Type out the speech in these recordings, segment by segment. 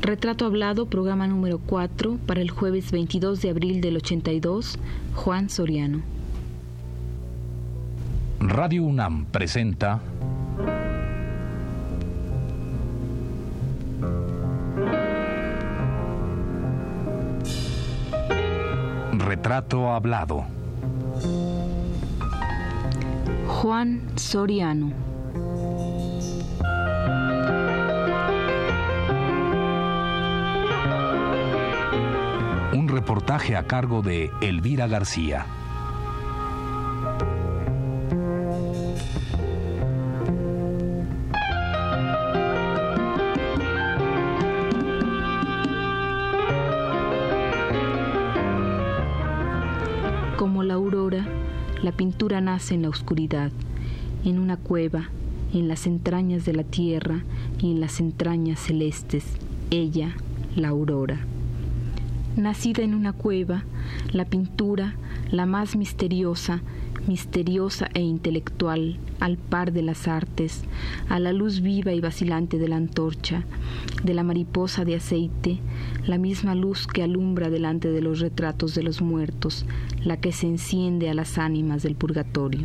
Retrato Hablado, programa número 4, para el jueves 22 de abril del 82, Juan Soriano. Radio UNAM presenta Retrato Hablado. Juan Soriano. Un reportaje a cargo de Elvira García. Como la aurora, la pintura nace en la oscuridad, en una cueva, en las entrañas de la tierra y en las entrañas celestes, ella, la aurora. Nacida en una cueva, la pintura, la más misteriosa e intelectual, al par de las artes, a la luz viva y vacilante de la antorcha, de la mariposa de aceite, la misma luz que alumbra delante de los retratos de los muertos, la que se enciende a las ánimas del purgatorio.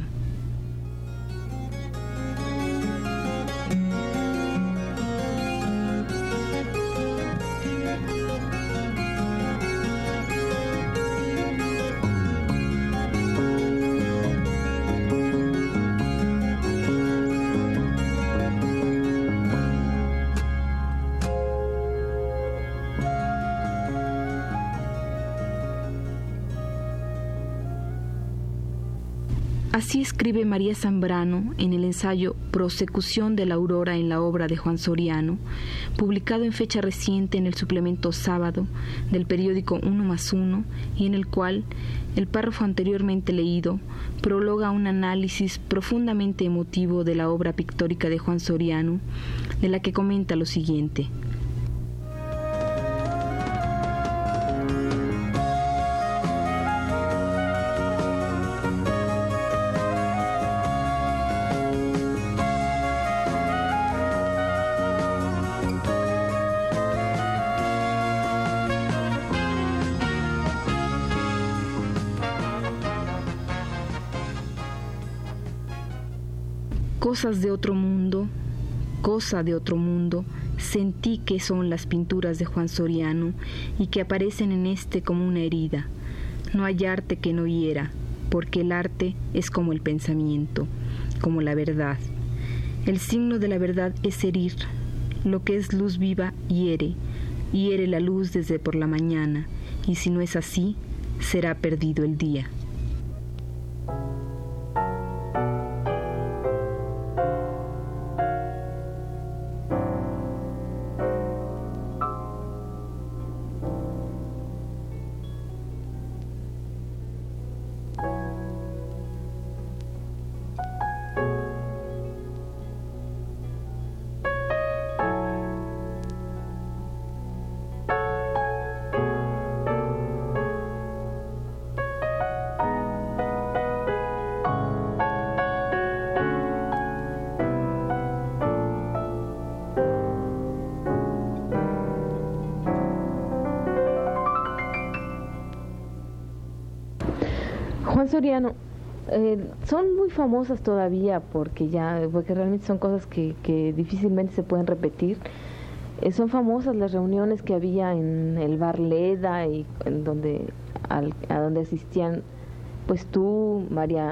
Así escribe María Zambrano en el ensayo Prosecución de la Aurora en la obra de Juan Soriano, publicado en fecha reciente en el suplemento Sábado del periódico 1+1, y en el cual el párrafo anteriormente leído prologa un análisis profundamente emotivo de la obra pictórica de Juan Soriano, de la que comenta lo siguiente. Cosa de otro mundo, sentí que son las pinturas de Juan Soriano y que aparecen en este como una herida. No hay arte que no hiera, porque el arte es como el pensamiento, como la verdad. El signo de la verdad es herir. Lo que es luz viva hiere la luz desde por la mañana, y si no es así, será perdido el día. Juan Soriano, son muy famosas todavía porque realmente son cosas que difícilmente se pueden repetir. Son famosas las reuniones que había en el bar Leda y a donde asistían pues tú, María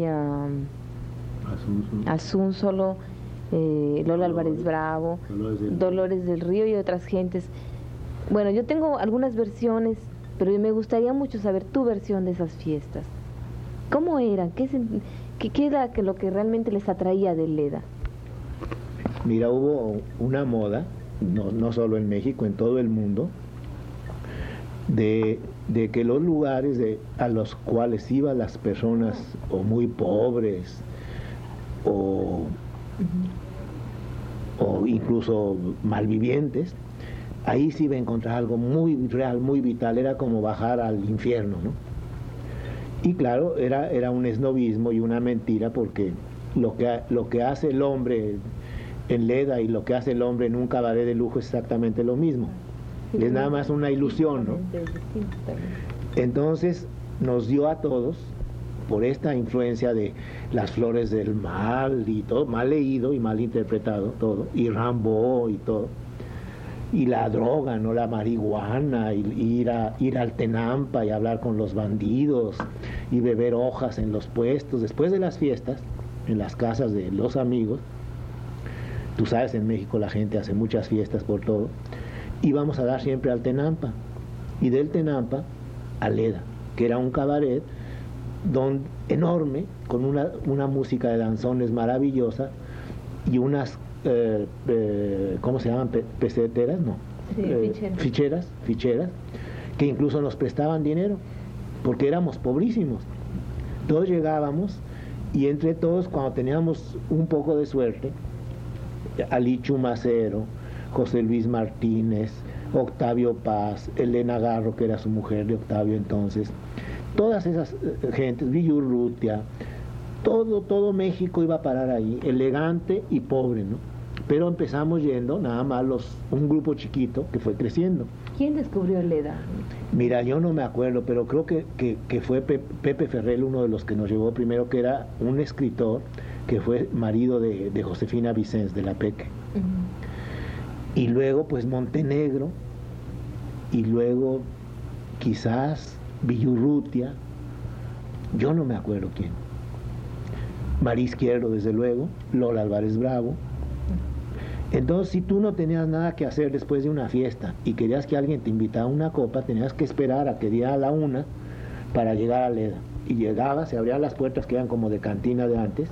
Asúnzolo, Lola Álvarez Bravo, Dolores del Río y otras gentes. Bueno, yo tengo algunas versiones, pero me gustaría mucho saber tu versión de esas fiestas. ¿Cómo eran? ¿Qué era lo que realmente les atraía de Leda? Mira, hubo una moda, no solo en México, en todo el mundo, de que los lugares a los cuales iban las personas o muy pobres o incluso malvivientes, ahí se iba a encontrar algo muy real, muy vital. Era como bajar al infierno, ¿no? Y claro, era un esnobismo y una mentira, porque lo que hace el hombre en Leda y lo que hace el hombre en un cabaret de lujo es exactamente lo mismo. es nada más una ilusión, ¿no? Entonces nos dio a todos, por esta influencia de Las flores del mal y todo, mal leído y mal interpretado todo, y Rimbaud y todo, y la droga, ¿no? La marihuana, y ir al Tenampa y hablar con los bandidos, y beber hojas en los puestos, después de las fiestas, en las casas de los amigos. Tú sabes, en México la gente hace muchas fiestas por todo, íbamos a dar siempre al Tenampa, y del Tenampa a Leda, que era un cabaret enorme, con una música de danzones maravillosa, y unas ¿cómo se llaman? Peseteras, no, Sí, ficheras, que incluso nos prestaban dinero, porque éramos pobrísimos. Todos llegábamos, y entre todos, cuando teníamos un poco de suerte, Alichu Macero, José Luis Martínez, Octavio Paz, Elena Garro, que era su mujer de Octavio entonces, todas esas gentes, Villurrutia, todo México iba a parar ahí, elegante y pobre, ¿no? Pero empezamos yendo nada más un grupo chiquito que fue creciendo. ¿Quién descubrió Leda? Mira, yo no me acuerdo, pero creo que fue Pepe Ferrell uno de los que nos llevó primero, que era un escritor que fue marido de Josefina Vicens, de la Peque. Y luego pues Montenegro, y luego quizás Villurrutia, yo no me acuerdo quién. María Izquierdo, desde luego, Lola Álvarez Bravo. Entonces, si tú no tenías nada que hacer después de una fiesta y querías que alguien te invitara a una copa, tenías que esperar a que diera a la 1 para llegar a Leda. Y llegabas, se abrían las puertas que eran como de cantina de antes,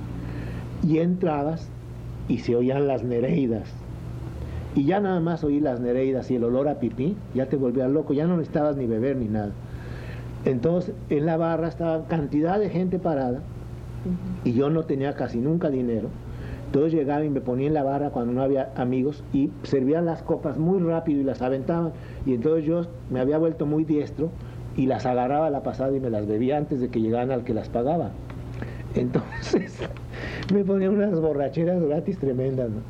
y entrabas y se oían las nereidas. Y ya nada más oí las nereidas y el olor a pipí, ya te volvías loco, ya no necesitabas ni beber ni nada. Entonces, en la barra estaba cantidad de gente parada, y yo no tenía casi nunca dinero. Entonces llegaba y me ponía en la barra cuando no había amigos, y servían las copas muy rápido y las aventaban, y entonces yo me había vuelto muy diestro y las agarraba a la pasada y me las bebía antes de que llegaran al que las pagaba. Entonces me ponía unas borracheras gratis tremendas, ¿no?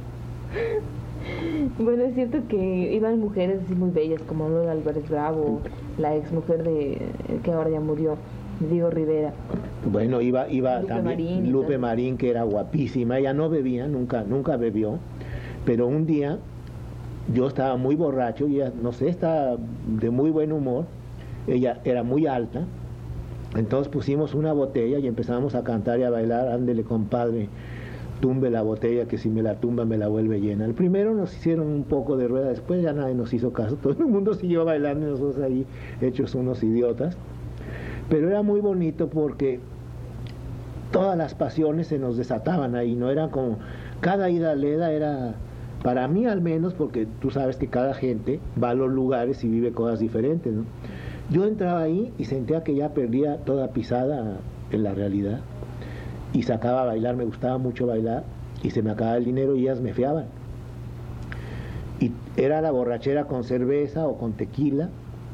Bueno, es cierto que iban mujeres así muy bellas como Lola Álvarez Bravo, la ex mujer que ahora ya murió, Diego Rivera. Bueno, iba Lupe también Marín, Lupe Marín, que era guapísima. Ella no bebía, nunca bebió, pero un día yo estaba muy borracho y ella, no sé, estaba de muy buen humor. Ella era muy alta, entonces pusimos una botella y empezamos a cantar y a bailar. Ándele, compadre, tumbe la botella, que si me la tumba me la vuelve llena. El primero nos hicieron un poco de rueda, después ya nadie nos hizo caso, todo el mundo siguió bailando y nosotros ahí hechos unos idiotas. Pero era muy bonito porque todas las pasiones se nos desataban ahí, no era como, cada ida a Leda era, para mí al menos, porque tú sabes que cada gente va a los lugares y vive cosas diferentes, ¿no? Yo entraba ahí y sentía que ya perdía toda pisada en la realidad, y sacaba a bailar, me gustaba mucho bailar, y se me acababa el dinero y ellas me fiaban. Y era la borrachera con cerveza o con tequila,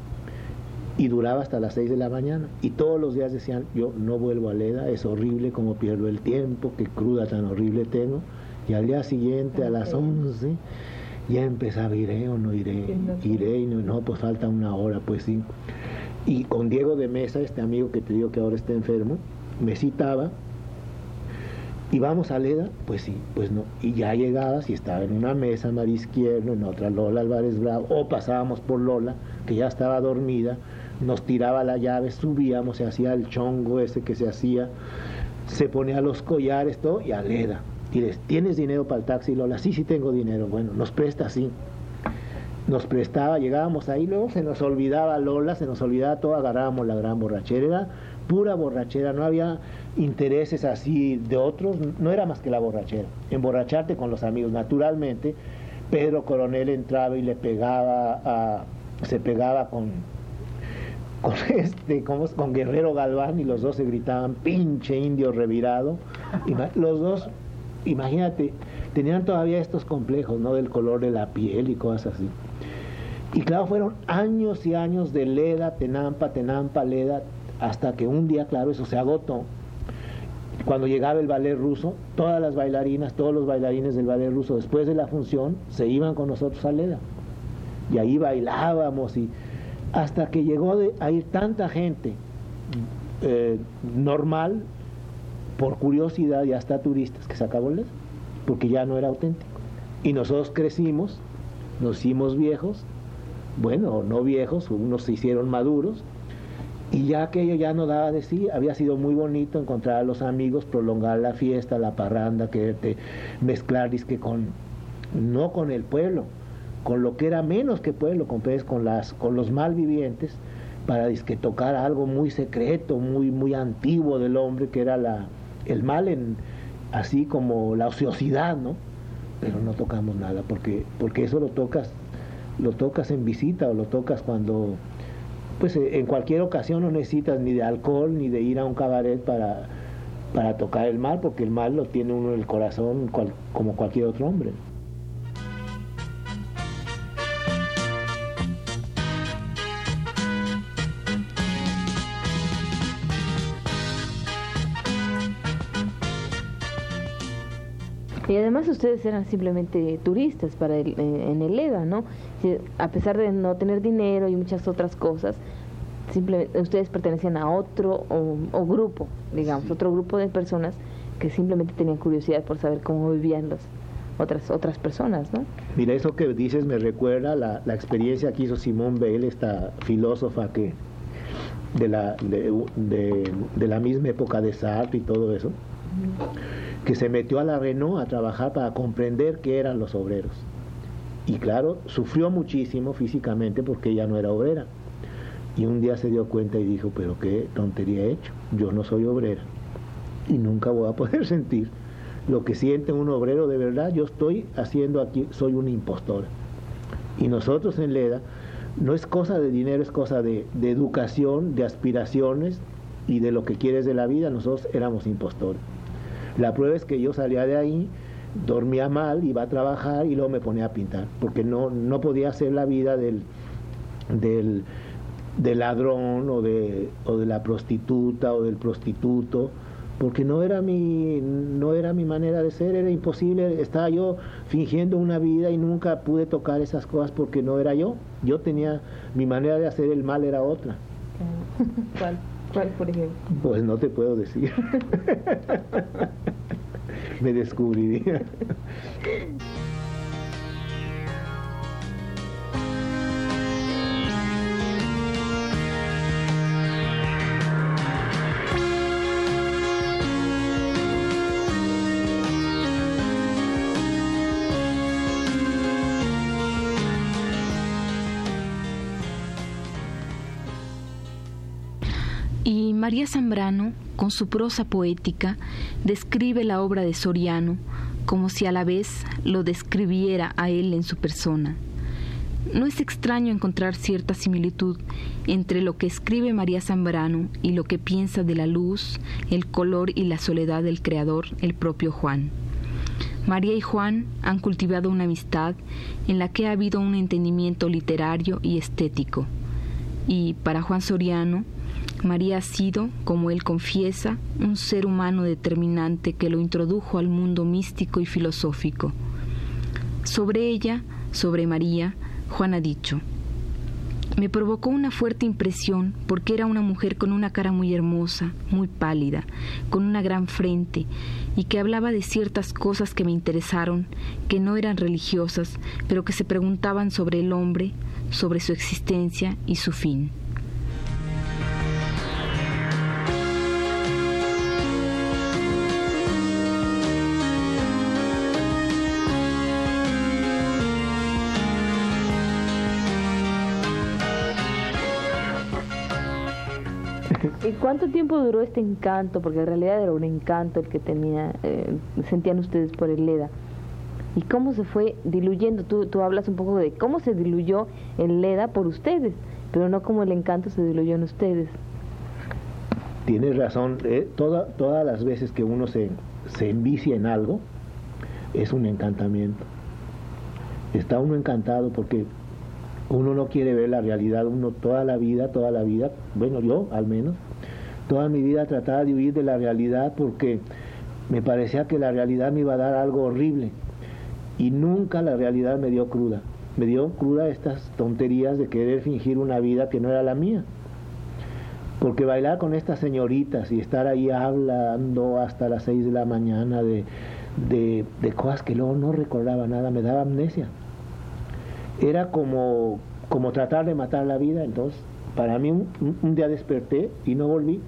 y duraba hasta las 6 de la mañana, y todos los días decían, yo no vuelvo a Leda, es horrible como pierdo el tiempo, qué cruda tan horrible tengo. Y al día siguiente, a las 11, ya empezaba, iré o no iré, iré y no, pues falta una hora, pues sí. Y con Diego de Mesa, este amigo que te digo que ahora está enfermo, me citaba, y vamos a Leda, pues sí, pues no. Y ya llegabas y estaba en una mesa María Izquierdo, en otra Lola Álvarez Bravo, o pasábamos por Lola, que ya estaba dormida, nos tiraba la llave, subíamos, se hacía el chongo ese que se hacía, se ponía los collares, todo, y a Leda. Y les, ¿tienes dinero para el taxi, Lola? Sí, sí tengo dinero. Bueno, nos presta, sí. Nos prestaba, llegábamos ahí, luego se nos olvidaba Lola, se nos olvidaba todo, agarrábamos la gran borrachera, era pura borrachera, no había intereses así de otros, no era más que la borrachera, emborracharte con los amigos. Naturalmente, Pedro Coronel entraba y le pegaba se pegaba con Guerrero Galván, y los dos se gritaban, pinche indio revirado. Los dos, imagínate, tenían todavía estos complejos, ¿no?, del color de la piel y cosas así. Y claro, fueron años y años de Leda, Tenampa, Leda, hasta que un día, claro, eso se agotó. Cuando llegaba el ballet ruso, todas las bailarinas, todos los bailarines del ballet ruso, después de la función, se iban con nosotros a Leda. y ahí bailábamos, y hasta que llegó a ir tanta gente normal, por curiosidad, y hasta turistas, que se acabó el Leda, porque ya no era auténtico. Y nosotros crecimos, nos hicimos viejos, bueno, no viejos, unos se hicieron maduros, y ya aquello ya no daba de sí. Había sido muy bonito encontrar a los amigos, prolongar la fiesta, la parranda, quererte mezclar, dizque no con el pueblo, con lo que era menos que pueblo, con los malvivientes, para dizque tocar algo muy secreto, muy antiguo del hombre, que era el mal, así como la ociosidad, ¿no? Pero no tocamos nada, porque eso lo tocas en visita, o lo tocas cuando, pues en cualquier ocasión no necesitas ni de alcohol ni de ir a un cabaret para tocar el mal, porque el mal lo tiene uno en el corazón como cualquier otro hombre. Y además ustedes eran simplemente turistas en el Leda, ¿no? A pesar de no tener dinero y muchas otras cosas, simplemente ustedes pertenecían a otro o grupo, digamos, sí, otro grupo de personas que simplemente tenían curiosidad por saber cómo vivían otras personas, ¿no? Mira, eso que dices me recuerda la experiencia que hizo Simone Weil, esta filósofa que de la misma época de Sartre y todo eso, que se metió a la Renault a trabajar para comprender qué eran los obreros. Y claro, sufrió muchísimo físicamente porque ella no era obrera. Y un día se dio cuenta y dijo, pero qué tontería he hecho, yo no soy obrera y nunca voy a poder sentir lo que siente un obrero de verdad. Yo estoy haciendo aquí, soy una impostora. Y nosotros en Leda, no es cosa de dinero, es cosa de educación, de aspiraciones y de lo que quieres de la vida. Nosotros éramos impostores. La prueba es que yo salía de ahí, dormía mal, iba a trabajar y luego me ponía a pintar, porque no podía hacer la vida del ladrón o de la prostituta o del prostituto, porque no era mi manera de ser, era imposible. Estaba yo fingiendo una vida y nunca pude tocar esas cosas porque no era yo. Yo tenía, mi manera de hacer el mal era otra. ¿Cuál, por ejemplo? Pues no te puedo decir. Me descubriría. Y María Zambrano, con su prosa poética, describe la obra de Soriano como si a la vez lo describiera a él en su persona. No es extraño encontrar cierta similitud entre lo que escribe María Zambrano y lo que piensa de la luz, el color y la soledad del creador, el propio Juan. María y Juan han cultivado una amistad en la que ha habido un entendimiento literario y estético. Y para Juan Soriano, María ha sido, como él confiesa, un ser humano determinante que lo introdujo al mundo místico y filosófico. Sobre ella, sobre María, Juan ha dicho: me provocó una fuerte impresión porque era una mujer con una cara muy hermosa, muy pálida, con una gran frente, y que hablaba de ciertas cosas que me interesaron, que no eran religiosas, pero que se preguntaban sobre el hombre, sobre su existencia y su fin. ¿Y cuánto tiempo duró este encanto? Porque en realidad era un encanto el que sentían ustedes por el Leda. ¿Y cómo se fue diluyendo? Tú hablas un poco de cómo se diluyó el Leda por ustedes, pero no cómo el encanto se diluyó en ustedes. Tienes razón. Todas las veces que uno se envicia en algo, es un encantamiento. Está uno encantado porque uno no quiere ver la realidad. Uno toda la vida, bueno, yo al menos, toda mi vida trataba de huir de la realidad porque me parecía que la realidad me iba a dar algo horrible, y nunca la realidad me dio cruda. Me dio cruda estas tonterías de querer fingir una vida que no era la mía. Porque bailar con estas señoritas y estar ahí hablando hasta las 6 de la mañana de cosas que luego no recordaba nada, me daba amnesia. Era como tratar de matar la vida. Entonces, para mí un día desperté y no volví.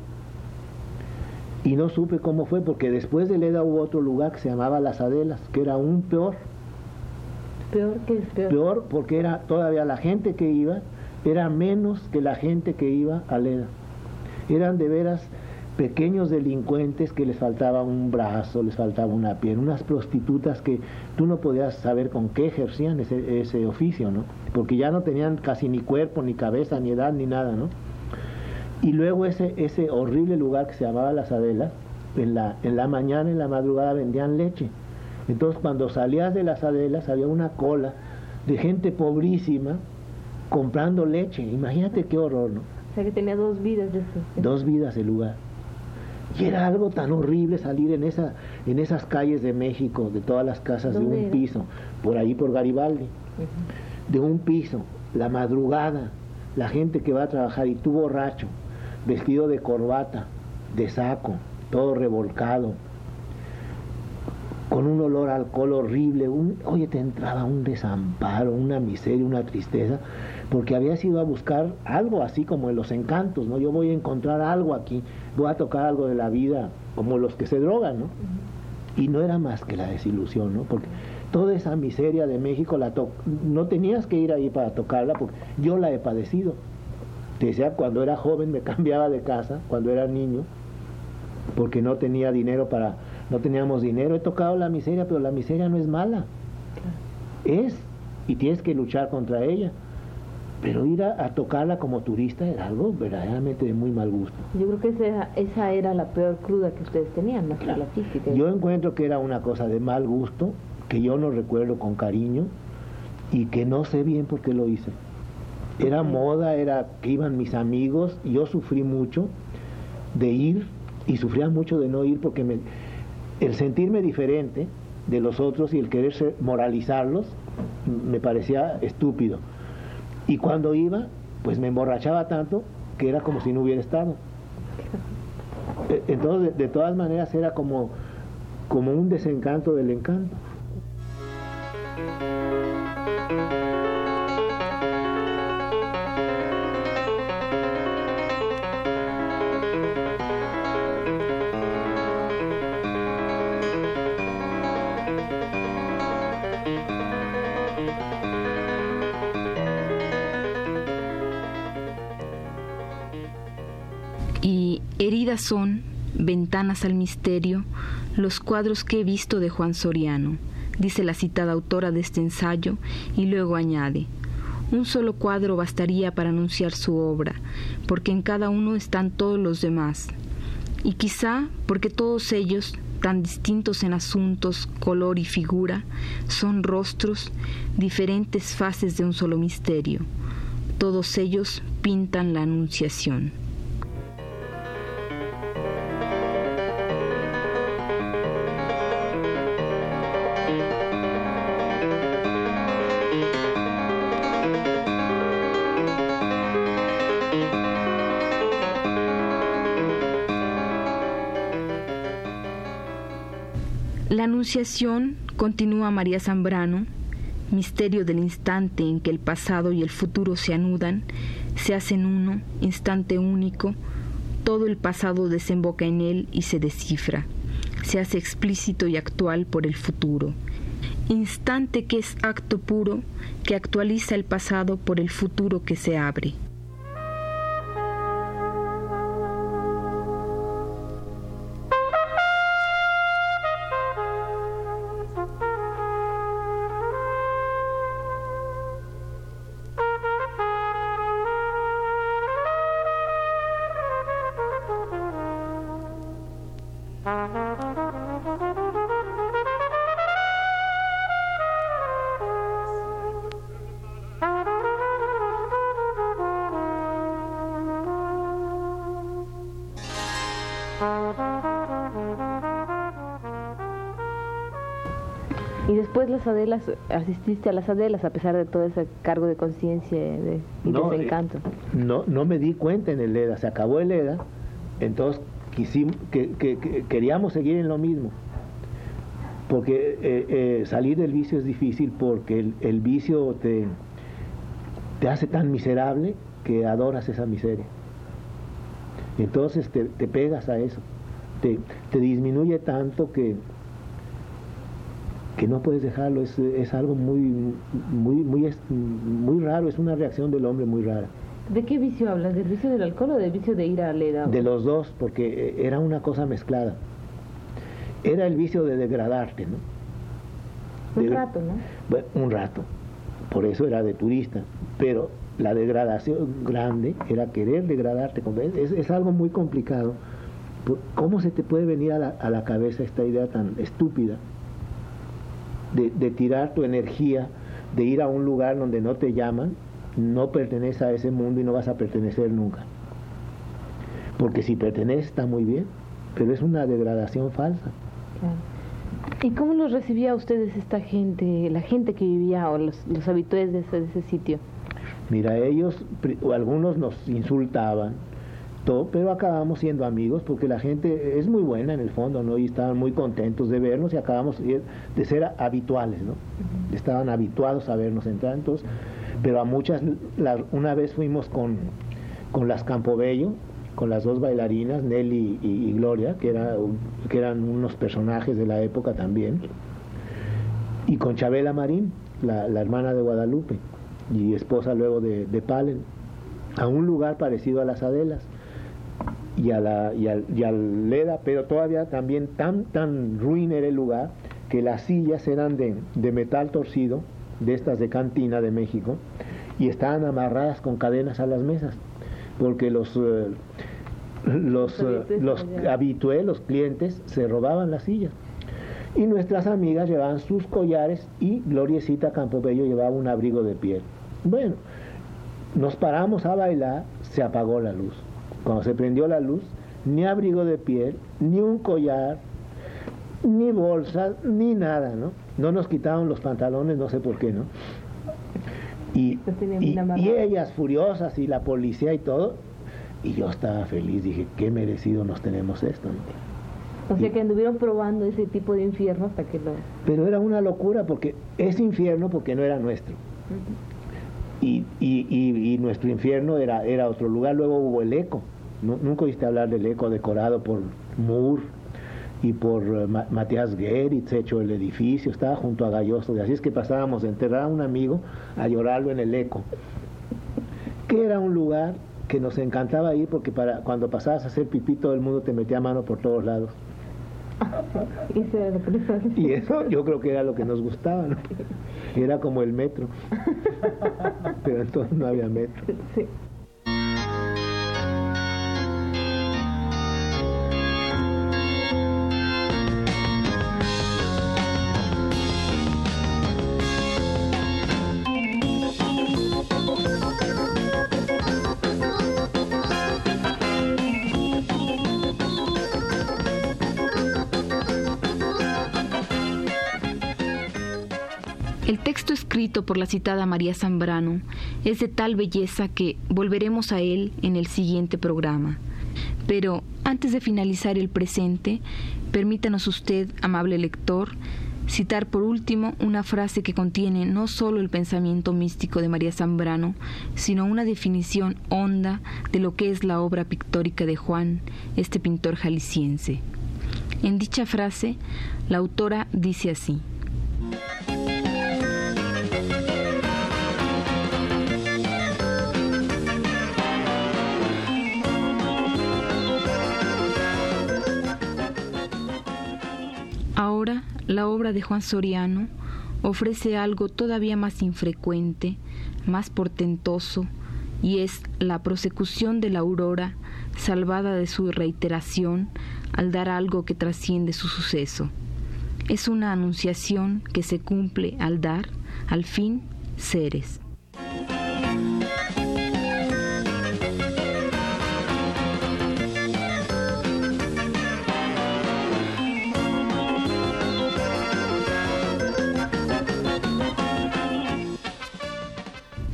Y no supe cómo fue, porque después de Leda hubo otro lugar que se llamaba Las Adelas, que era aún peor. ¿Peor qué es peor? Peor porque era todavía la gente que iba, era menos que la gente que iba a Leda. Eran de veras pequeños delincuentes que les faltaba un brazo, les faltaba una pierna, unas prostitutas que tú no podías saber con qué ejercían ese oficio, ¿no? Porque ya no tenían casi ni cuerpo, ni cabeza, ni edad, ni nada, ¿no? Y luego ese horrible lugar que se llamaba Las Adelas, en la mañana, en la madrugada vendían leche. Entonces cuando salías de Las Adelas había una cola de gente pobrísima comprando leche. Imagínate qué horror, ¿no? O sea que tenía 2 vidas de eso. 2 vidas el lugar. Y era algo tan horrible salir en esas calles de México, de todas las casas de un piso, por ahí por Garibaldi, de un piso, la madrugada, la gente que va a trabajar y tú borracho, vestido de corbata, de saco, todo revolcado, con un olor a alcohol horrible, oye, te entraba un desamparo, una miseria, una tristeza, porque habías ido a buscar algo así como en Los Encantos, ¿no? Yo voy a encontrar algo aquí, voy a tocar algo de la vida, como los que se drogan, ¿no? Y no era más que la desilusión, ¿no? Porque toda esa miseria de México no tenías que ir ahí para tocarla, porque yo la he padecido. Te decía, cuando era joven me cambiaba de casa, cuando era niño, porque no teníamos dinero. He tocado la miseria, pero la miseria no es mala. Es, y tienes que luchar contra ella. Pero ir a tocarla como turista era algo verdaderamente de muy mal gusto. Yo creo que esa era la peor cruda que ustedes tenían, más que la física. Yo encuentro que era una cosa de mal gusto, que yo no recuerdo con cariño, y que no sé bien por qué lo hice. Era moda, era que iban mis amigos, y yo sufrí mucho de ir, y sufría mucho de no ir, porque el sentirme diferente de los otros y el querer moralizarlos, me parecía estúpido. Y cuando iba, pues me emborrachaba tanto que era como si no hubiera estado. Entonces, de todas maneras, era como un desencanto del encanto. Y heridas son, ventanas al misterio, los cuadros que he visto de Juan Soriano, dice la citada autora de este ensayo, y luego añade: un solo cuadro bastaría para anunciar su obra, porque en cada uno están todos los demás, y quizá porque todos ellos, tan distintos en asuntos, color y figura, son rostros, diferentes faces de un solo misterio. Todos ellos pintan la Anunciación. La Anunciación, continúa María Zambrano, misterio del instante en que el pasado y el futuro se anudan, se hacen uno, instante único, todo el pasado desemboca en él y se descifra, se hace explícito y actual por el futuro. Instante que es acto puro, que actualiza el pasado por el futuro que se abre. después las Adelas, asististe a las Adelas a pesar de todo ese cargo de conciencia y desencanto. No me di cuenta en el EDA, se acabó el EDA, entonces queríamos seguir en lo mismo. Porque salir del vicio es difícil porque el vicio te hace tan miserable que adoras esa miseria. Entonces te pegas a eso, te disminuye tanto que no puedes dejarlo. Es algo muy raro, es una reacción del hombre muy rara. ¿De qué vicio hablas? ¿Del vicio del alcohol o del vicio de ir a la edad? De los dos, porque era una cosa mezclada. Era el vicio de degradarte, ¿no? Un rato, ¿no? Bueno, un rato, por eso era de turista, pero la degradación grande era querer degradarte. Es algo muy complicado. ¿Cómo se te puede venir a la cabeza esta idea tan estúpida de tirar tu energía, de ir a un lugar donde no te llaman, no perteneces a ese mundo y no vas a pertenecer nunca? Porque si perteneces está muy bien, pero es una degradación falsa. Claro. ¿Y cómo los recibía a ustedes esta gente, la gente que vivía o los habituales de ese sitio? Mira, algunos nos insultaban, pero acabamos siendo amigos porque la gente es muy buena en el fondo, ¿no? Y estaban muy contentos de vernos y acabamos de ser habituales, ¿no? Uh-huh. Estaban habituados a vernos entrar, entonces, pero a muchas, una vez fuimos con las Campobello, con las dos bailarinas, Nelly y Gloria, que eran unos personajes de la época también, y con Chabela Marín, la hermana de Guadalupe, y esposa luego de Palen, a un lugar parecido a las Adelas, y al Leda, pero todavía también tan ruin era el lugar, que las sillas eran de metal torcido, de estas de cantina de México, y estaban amarradas con cadenas a las mesas, porque los habitués, los clientes, se robaban las sillas. Y nuestras amigas llevaban sus collares y Gloriecita Campobello llevaba un abrigo de piel. Bueno, nos paramos a bailar, se apagó la luz. Cuando se prendió la luz, ni abrigo de piel, ni un collar, ni bolsas, ni nada, ¿no? No nos quitaron los pantalones, no sé por qué, ¿no? Y ellas furiosas y la policía y todo, y yo estaba feliz, dije, qué merecido nos tenemos esto, ¿no? O sea que anduvieron probando ese tipo de infierno hasta que lo... Pero era una locura, porque es infierno porque no era nuestro. Uh-huh. Y nuestro infierno era otro lugar. Luego hubo el Eco. Nunca oíste hablar del Eco, decorado por Moore y por Matías Geritz, hecho el edificio, estaba junto a Galloso, y así es que pasábamos de enterrar a un amigo a llorarlo en el Eco, que era un lugar que nos encantaba ir porque cuando pasabas a hacer pipí todo el mundo te metía mano por todos lados. Y eso yo creo que era lo que nos gustaba, ¿no? Era como el metro, pero entonces no había metro. Sí. El texto escrito por la citada María Zambrano es de tal belleza que volveremos a él en el siguiente programa. Pero antes de finalizar el presente, permítanos usted, amable lector, citar por último una frase que contiene no solo el pensamiento místico de María Zambrano, sino una definición honda de lo que es la obra pictórica de Juan, este pintor jalisciense. En dicha frase, la autora dice así: ahora, la obra de Juan Soriano ofrece algo todavía más infrecuente, más portentoso, y es la prosecución de la aurora, salvada de su reiteración al dar algo que trasciende su suceso. Es una anunciación que se cumple al dar, al fin, seres.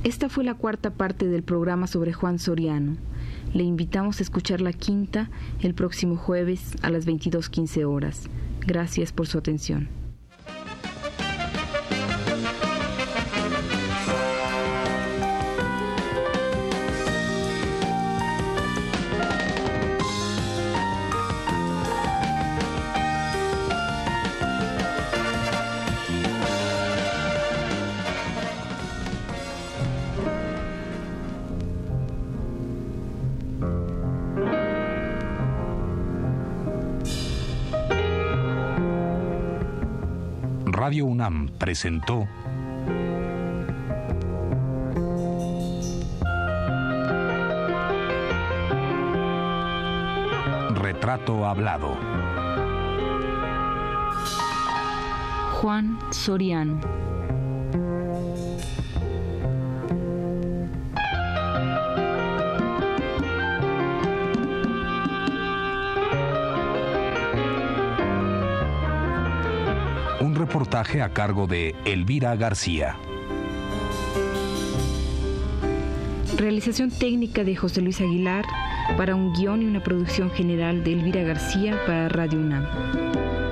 Esta fue la cuarta parte del programa sobre Juan Soriano. Le invitamos a escuchar la quinta el próximo jueves a las 22:15 horas. Gracias por su atención. Radio UNAM presentó Retrato Hablado. Juan Soriano. Un reportaje a cargo de Elvira García. Realización técnica de José Luis Aguilar, para un guión y una producción general de Elvira García para Radio UNAM.